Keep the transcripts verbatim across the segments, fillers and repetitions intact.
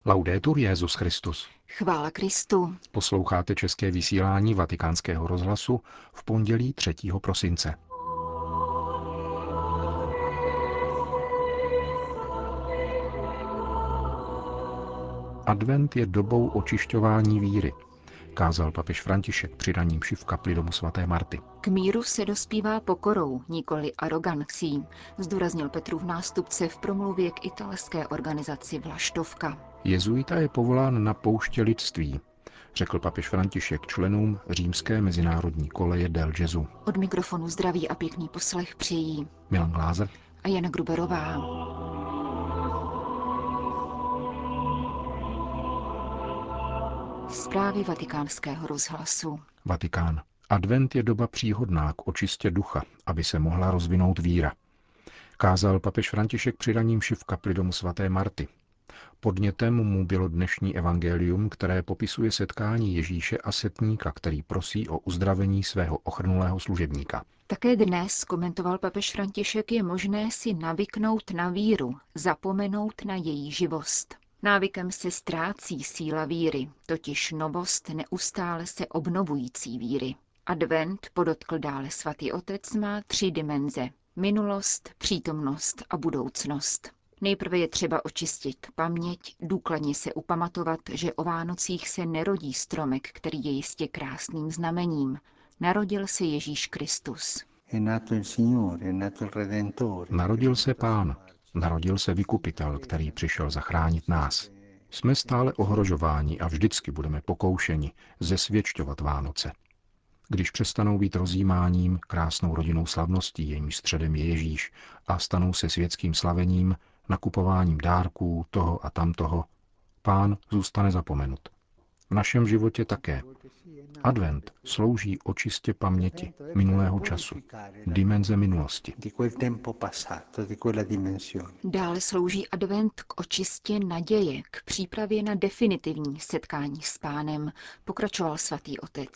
Laudetur Jesus Christus. Chvála Kristu. Posloucháte české vysílání Vatikánského rozhlasu v pondělí třetího prosince. Advent je dobou očišťování víry, kázal papež František při raní mši v kapli domu svaté Marty. K míru se dospívá pokorou, nikoli arogancí, zdůraznil Petrův nástupce v promluvě k italské organizaci Vlaštovka. Jezuita je povolán na pouště lidství, řekl papež František členům římské mezinárodní koleje Del Gesù. Od mikrofonu zdraví a pěkný poslech přijí Milan Glázer a Jana Gruberová. Zprávy Vatikánského rozhlasu. Vatikán. Advent je doba příhodná k očistě ducha, aby se mohla rozvinout víra. Kázal papež František při raní mši v kapli domu svaté Marty. Podnětem mu bylo dnešní evangelium, které popisuje setkání Ježíše a setníka, který prosí o uzdravení svého ochrnulého služebníka. Také dnes, komentoval papež František, je možné si navyknout na víru, zapomenout na její živost. Návykem se ztrácí síla víry, totiž novost neustále se obnovující víry. Advent, podotkl dále svatý otec, má tři dimenze. Minulost, přítomnost a budoucnost. Nejprve je třeba očistit paměť, důkladně se upamatovat, že o Vánocích se nerodí stromek, který je jistě krásným znamením. Narodil se Ježíš Kristus. Narodil se Pán, narodil se Vykupitel, který přišel zachránit nás. Jsme stále ohrožováni a vždycky budeme pokoušeni zesvědčovat Vánoce. Když přestanou být rozjímáním, krásnou rodinnou slavností, jejímž středem je Ježíš, a stanou se světským slavením, nakupováním dárků, toho a tamtoho, Pán zůstane zapomenut. V našem životě také. Advent slouží očistě paměti minulého času, dimenze minulosti. Dále slouží advent k očistě naděje, k přípravě na definitivní setkání s Pánem, pokračoval svatý otec.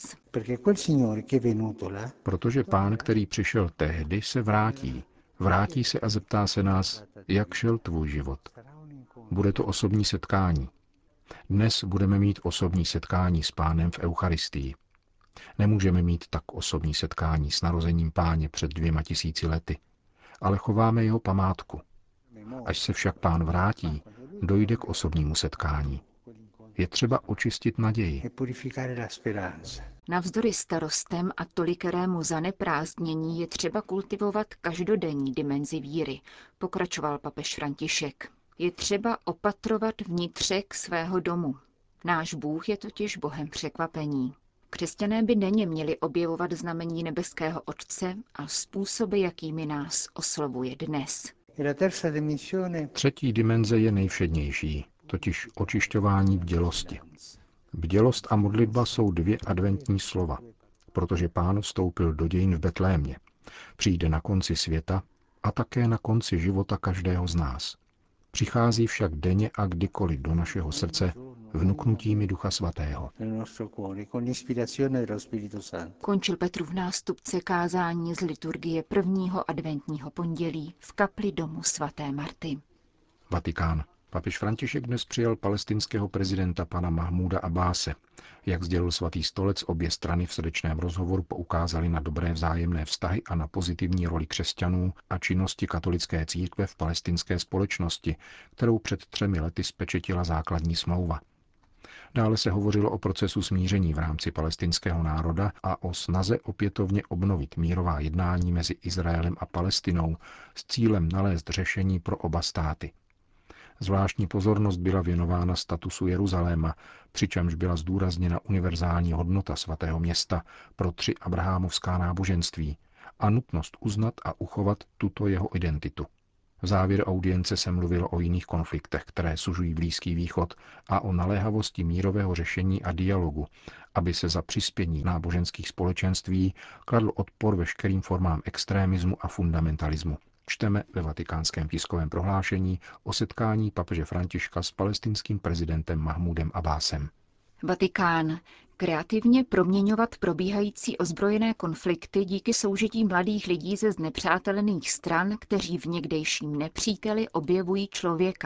Protože Pán, který přišel tehdy, se vrátí. Vrátí se a zeptá se nás, jak šel tvůj život. Bude to osobní setkání. Dnes budeme mít osobní setkání s Pánem v Eucharistii. Nemůžeme mít tak osobní setkání s narozením Páně před dvěma tisíci lety, ale chováme jeho památku. Až se však Pán vrátí, dojde k osobnímu setkání. Je třeba očistit naději. Navzdory starostem a tolikerému zaneprázdnění je třeba kultivovat každodenní dimenzi víry, pokračoval papež František. Je třeba opatrovat vnitřek svého domu. Náš Bůh je totiž Bohem překvapení. Křesťané by denně měli objevovat znamení nebeského Otce a způsoby, jakými nás oslovuje dnes. Třetí dimenze je nejvšednější, totiž očišťování bdělosti. Bdělost a modlitba jsou dvě adventní slova, protože Pán vstoupil do dějin v Betlémě. Přijde na konci světa a také na konci života každého z nás. Přichází však denně a kdykoliv do našeho srdce vnuknutími Ducha Svatého. Končil Petrův nástupce kázání z liturgie prvního adventního pondělí v kapli domu svaté Marty. Vatikán. Papež František dnes přijal palestinského prezidenta pana Mahmúda Abbáse. Jak sdělil svatý stolec, obě strany v srdečném rozhovoru poukázaly na dobré vzájemné vztahy a na pozitivní roli křesťanů a činnosti katolické církve v palestinské společnosti, kterou před třemi lety spečetila základní smlouva. Dále se hovořilo o procesu smíření v rámci palestinského národa a o snaze opětovně obnovit mírová jednání mezi Izraelem a Palestinou s cílem nalézt řešení pro oba státy. Zvláštní pozornost byla věnována statusu Jeruzaléma, přičemž byla zdůrazněna univerzální hodnota svatého města pro tři abrahamovská náboženství a nutnost uznat a uchovat tuto jeho identitu. V závěru audience se mluvilo o jiných konfliktech, které sužují Blízký východ, a o naléhavosti mírového řešení a dialogu, aby se za přispění náboženských společenství kladl odpor veškerým formám extrémismu a fundamentalismu. Čteme ve vatikánském tiskovém prohlášení o setkání papeže Františka s palestinským prezidentem Mahmúdem Abbásem. Vatikán. Kreativně proměňovat probíhající ozbrojené konflikty díky soužití mladých lidí ze znepřátelených stran, kteří v někdejším nepříteli objevují člověka.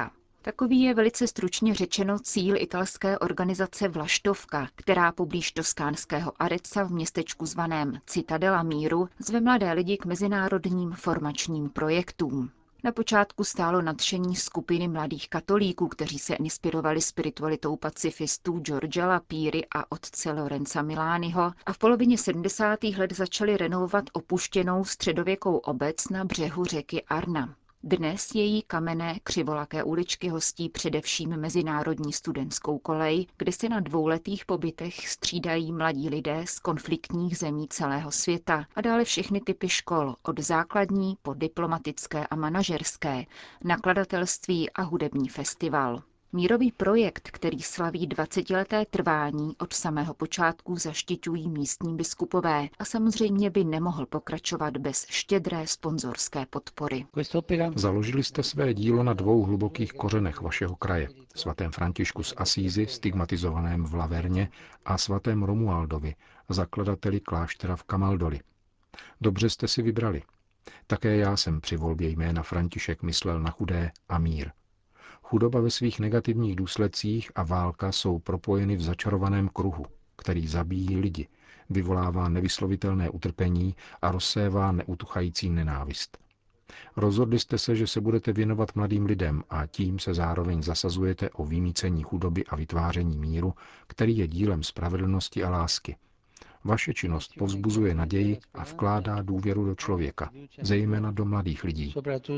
Takový je velice stručně řečeno cíl italské organizace Vlaštovka, která poblíž toskánského Arezza v městečku zvaném Citadela míru zve mladé lidi k mezinárodním formačním projektům. Na počátku stálo nadšení skupiny mladých katolíků, kteří se inspirovali spiritualitou pacifistů Georgia Lapíry a otce Lorenza Milaniho a v polovině sedmdesátých let začali renovovat opuštěnou středověkou obec na břehu řeky Arna. Dnes její kamenné křivolaké uličky hostí především mezinárodní studentskou kolej, kde se na dvouletých pobytech střídají mladí lidé z konfliktních zemí celého světa a dále všechny typy škol, od základní po diplomatické a manažerské, nakladatelství a hudební festival. Mírový projekt, který slaví dvacetileté trvání, od samého počátku zaštiťují místní biskupové a samozřejmě by nemohl pokračovat bez štědré sponzorské podpory. Založili jste své dílo na dvou hlubokých kořenech vašeho kraje, svatém Františku z Asízy, stigmatizovaném v Laverně, a svatém Romualdovi, zakladateli kláštera v Camaldoli. Dobře jste si vybrali. Také já jsem při volbě jména František myslel na chudé a mír. Chudoba ve svých negativních důsledcích a válka jsou propojeny v začarovaném kruhu, který zabíjí lidi, vyvolává nevyslovitelné utrpení a rozsévá neutuchající nenávist. Rozhodli jste se, že se budete věnovat mladým lidem a tím se zároveň zasazujete o vymýcení chudoby a vytváření míru, který je dílem spravedlnosti a lásky. Vaše činnost povzbuzuje naději a vkládá důvěru do člověka, zejména do mladých lidí.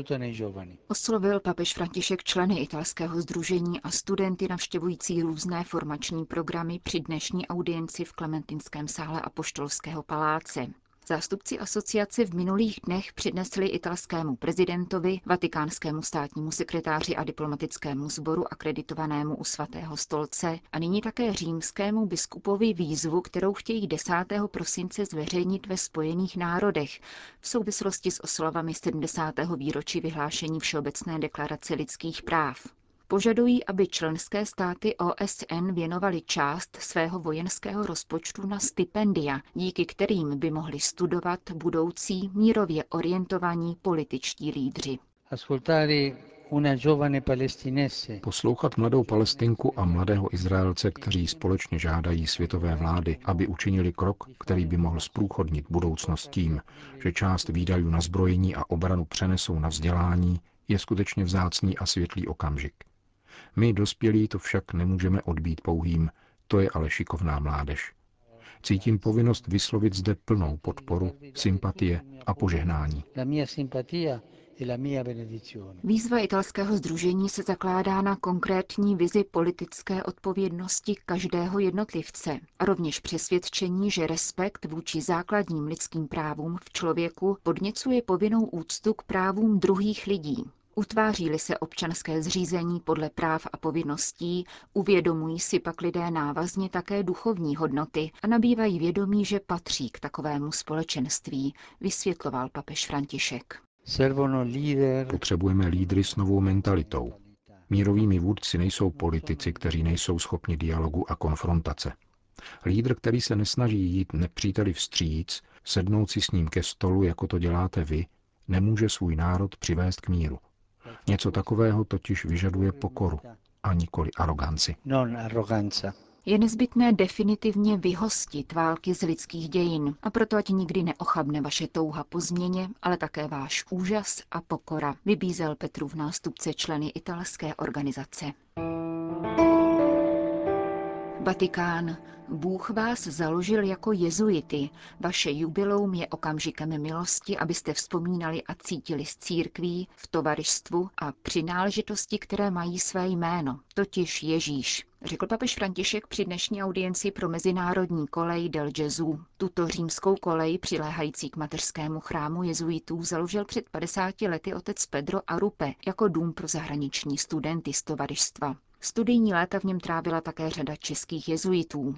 Oslovil papež František členy italského sdružení a studenty navštěvující různé formační programy při dnešní audienci v Klementinském sále Apoštolského paláce. Zástupci asociace v minulých dnech přednesli italskému prezidentovi, vatikánskému státnímu sekretáři a diplomatickému sboru akreditovanému u Svatého stolce a nyní také římskému biskupovi výzvu, kterou chtějí desátého prosince zveřejnit ve Spojených národech v souvislosti s oslavami sedmdesátého výročí vyhlášení Všeobecné deklarace lidských práv. Požadují, aby členské státy O S N věnovaly část svého vojenského rozpočtu na stipendia, díky kterým by mohli studovat budoucí mírově orientovaní političtí lídři. Poslouchat mladou Palestinku a mladého Izraelce, kteří společně žádají světové vlády, aby učinili krok, který by mohl zprůchodnit budoucnost tím, že část výdajů na zbrojení a obranu přenesou na vzdělání, je skutečně vzácný a světlý okamžik. My dospělí to však nemůžeme odbít pouhým, to je ale šikovná mládež. Cítím povinnost vyslovit zde plnou podporu, sympatie a požehnání. Výzva italského sdružení se zakládá na konkrétní vizi politické odpovědnosti každého jednotlivce a rovněž přesvědčení, že respekt vůči základním lidským právům v člověku podněcuje povinnou úctu k právům druhých lidí. Utváří-li se občanské zřízení podle práv a povinností, uvědomují si pak lidé návazně také duchovní hodnoty a nabývají vědomí, že patří k takovému společenství, vysvětloval papež František. Potřebujeme lídry s novou mentalitou. Mírovými vůdci nejsou politici, kteří nejsou schopni dialogu a konfrontace. Lídr, který se nesnaží jít nepříteli vstříc, sednout si s ním ke stolu, jako to děláte vy, nemůže svůj národ přivést k míru. Něco takového totiž vyžaduje pokoru a nikoli aroganci. Je nezbytné definitivně vyhostit války z lidských dějin a proto ať nikdy neochabne vaše touha po změně, ale také váš úžas a pokora, vybízel Petrův nástupce členy italské organizace. Vatikán. Bůh vás založil jako jezuity. Vaše jubileum je okamžikem milosti, abyste vzpomínali a cítili z církví, v tovarištvu a přináležitosti, které mají své jméno, totiž Ježíš, řekl papež František při dnešní audienci pro mezinárodní kolej del Gesù. Tuto římskou kolej, přiléhající k mateřskému chrámu jezuitů, založil před padesáti lety otec Pedro Arrupe jako dům pro zahraniční studenty z tovarištva. Studijní léta v něm trávila také řada českých jezuitů.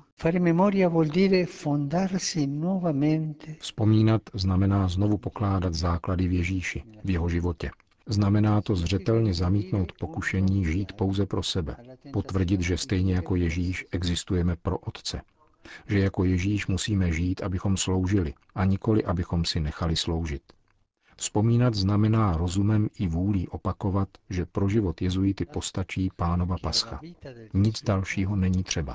Vzpomínat znamená znovu pokládat základy v Ježíši, v jeho životě. Znamená to zřetelně zamítnout pokušení žít pouze pro sebe. Potvrdit, že stejně jako Ježíš existujeme pro Otce. Že jako Ježíš musíme žít, abychom sloužili, a nikoli abychom si nechali sloužit. Vzpomínat znamená rozumem i vůlí opakovat, že pro život jezuity postačí Pánova pascha. Nic dalšího není třeba.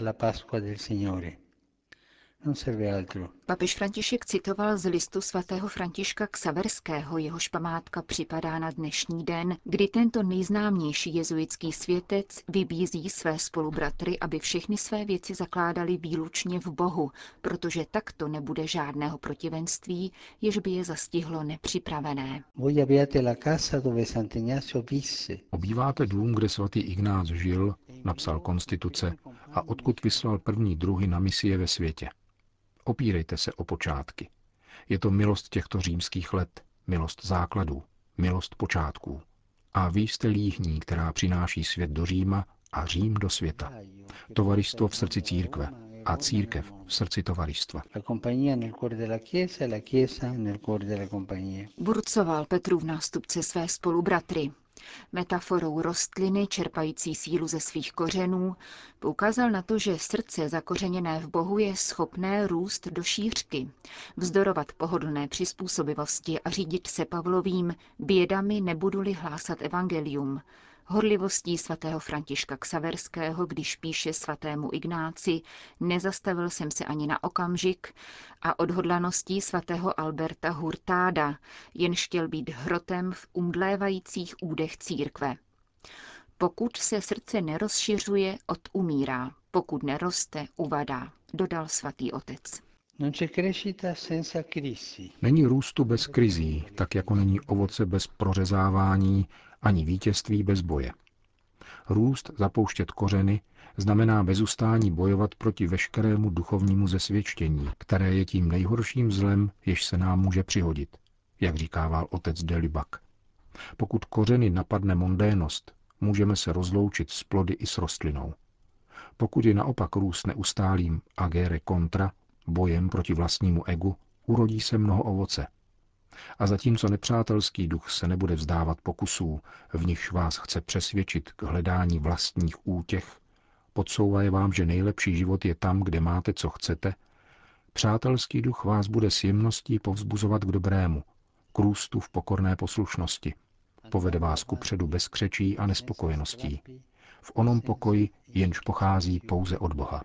Papež František citoval z listu svatého Františka Xaverského, jehož památka připadá na dnešní den, kdy tento nejznámější jezuitský světec vybízí své spolubratry, aby všechny své věci zakládali výlučně v Bohu, protože takto nebude žádného protivenství, jež by je zastihlo nepřipravené. Obýváte dům, kde svatý Ignác žil, napsal konstituce a odkud vyslal první druhy na misie ve světě. Opírejte se o počátky. Je to milost těchto římských let, milost základů, milost počátků. A vy jste líhní, která přináší svět do Říma a Řím do světa. Tovaristvo v srdci církve a církev v srdci tovaristva. Burcoval Petrův nástupce své spolubratry. Metaforou rostliny čerpající sílu ze svých kořenů poukázal na to, že srdce zakořeněné v Bohu je schopné růst do šířky, vzdorovat pohodlné přizpůsobivosti a řídit se Pavlovým bědami nebudu-li hlásat evangelium, horlivostí svatého Františka Xaverského, když píše svatému Ignáci, nezastavil jsem se ani na okamžik, a odhodlaností svatého Alberta Hurtáda, jenž chtěl být hrotem v umdlévajících údech církve. Pokud se srdce nerozšiřuje, odumírá, pokud neroste, uvadá, dodal svatý otec. Není růstu bez krizí, tak jako není ovoce bez prořezávání, ani vítězství bez boje. Růst, zapouštět kořeny, znamená bez ustání bojovat proti veškerému duchovnímu zesvědčení, které je tím nejhorším zlem, jež se nám může přihodit, jak říkával otec de Lubac. Pokud kořeny napadne mondénost, můžeme se rozloučit s plody i s rostlinou. Pokud je naopak růst neustálým agere contra, bojem proti vlastnímu egu, urodí se mnoho ovoce. A zatímco nepřátelský duch se nebude vzdávat pokusů, v nichž vás chce přesvědčit k hledání vlastních útěch, podsouvaje vám, že nejlepší život je tam, kde máte, co chcete, přátelský duch vás bude s jemností povzbuzovat k dobrému, k růstu v pokorné poslušnosti. Povede vás kupředu bez křečí a nespokojeností. V onom pokoji, jenž pochází pouze od Boha.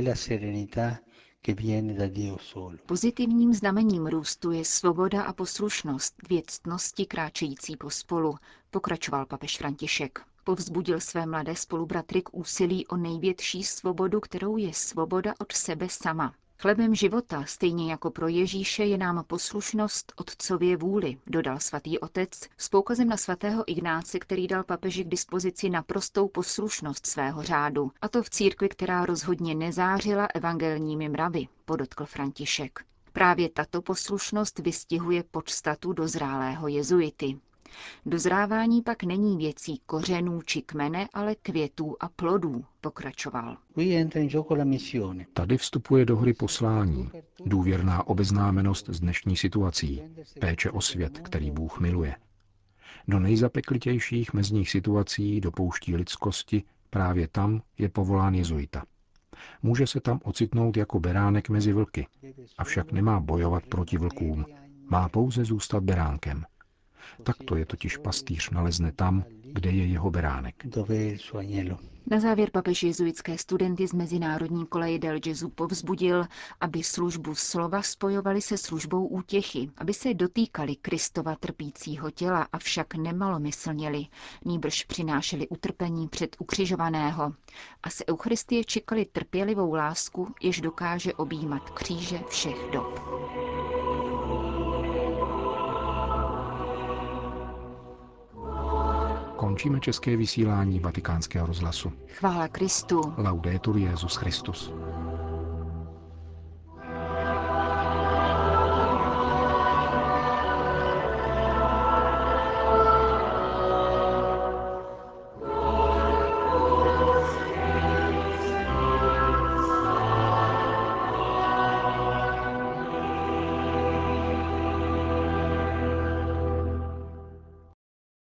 Pozitivním znamením růstu je svoboda a poslušnost, dvě ctnosti kráčející pospolu, pokračoval papež František. Povzbudil své mladé spolubratry k úsilí o největší svobodu, kterou je svoboda od sebe sama. Chlebem života, stejně jako pro Ježíše, je nám poslušnost otcově vůli, dodal svatý otec s poukazem na svatého Ignáce, který dal papeži k dispozici naprostou poslušnost svého řádu, a to v církvi, která rozhodně nezářila evangelními mravy, podotkl František. Právě tato poslušnost vystihuje podstatu dozrálého jezuity. Dozrávání pak není věcí kořenů či kmene, ale květů a plodů, pokračoval. Tady vstupuje do hry poslání, důvěrná obeznámenost s dnešní situací, péče o svět, který Bůh miluje. Do nejzapeklitějších mezních situací dopouští lidskosti, právě tam je povolán jezuita. Může se tam ocitnout jako beránek mezi vlky, avšak nemá bojovat proti vlkům, má pouze zůstat beránkem. Takto je totiž pastýř nalezne tam, kde je jeho beránek. Na závěr papež jezuitské studenty z Mezinárodní koleje del Gesù povzbudil, aby službu slova spojovali se službou útěchy, aby se dotýkali Kristova trpícího těla, avšak nemalomyslněli, nýbrž přinášeli utrpení před ukřižovaného a z Eucharistie čekali trpělivou lásku, jež dokáže objímat kříže všech dob. Končíme české vysílání Vatikánského rozhlasu. Chvála Kristu. Laudetur Jesus Christus.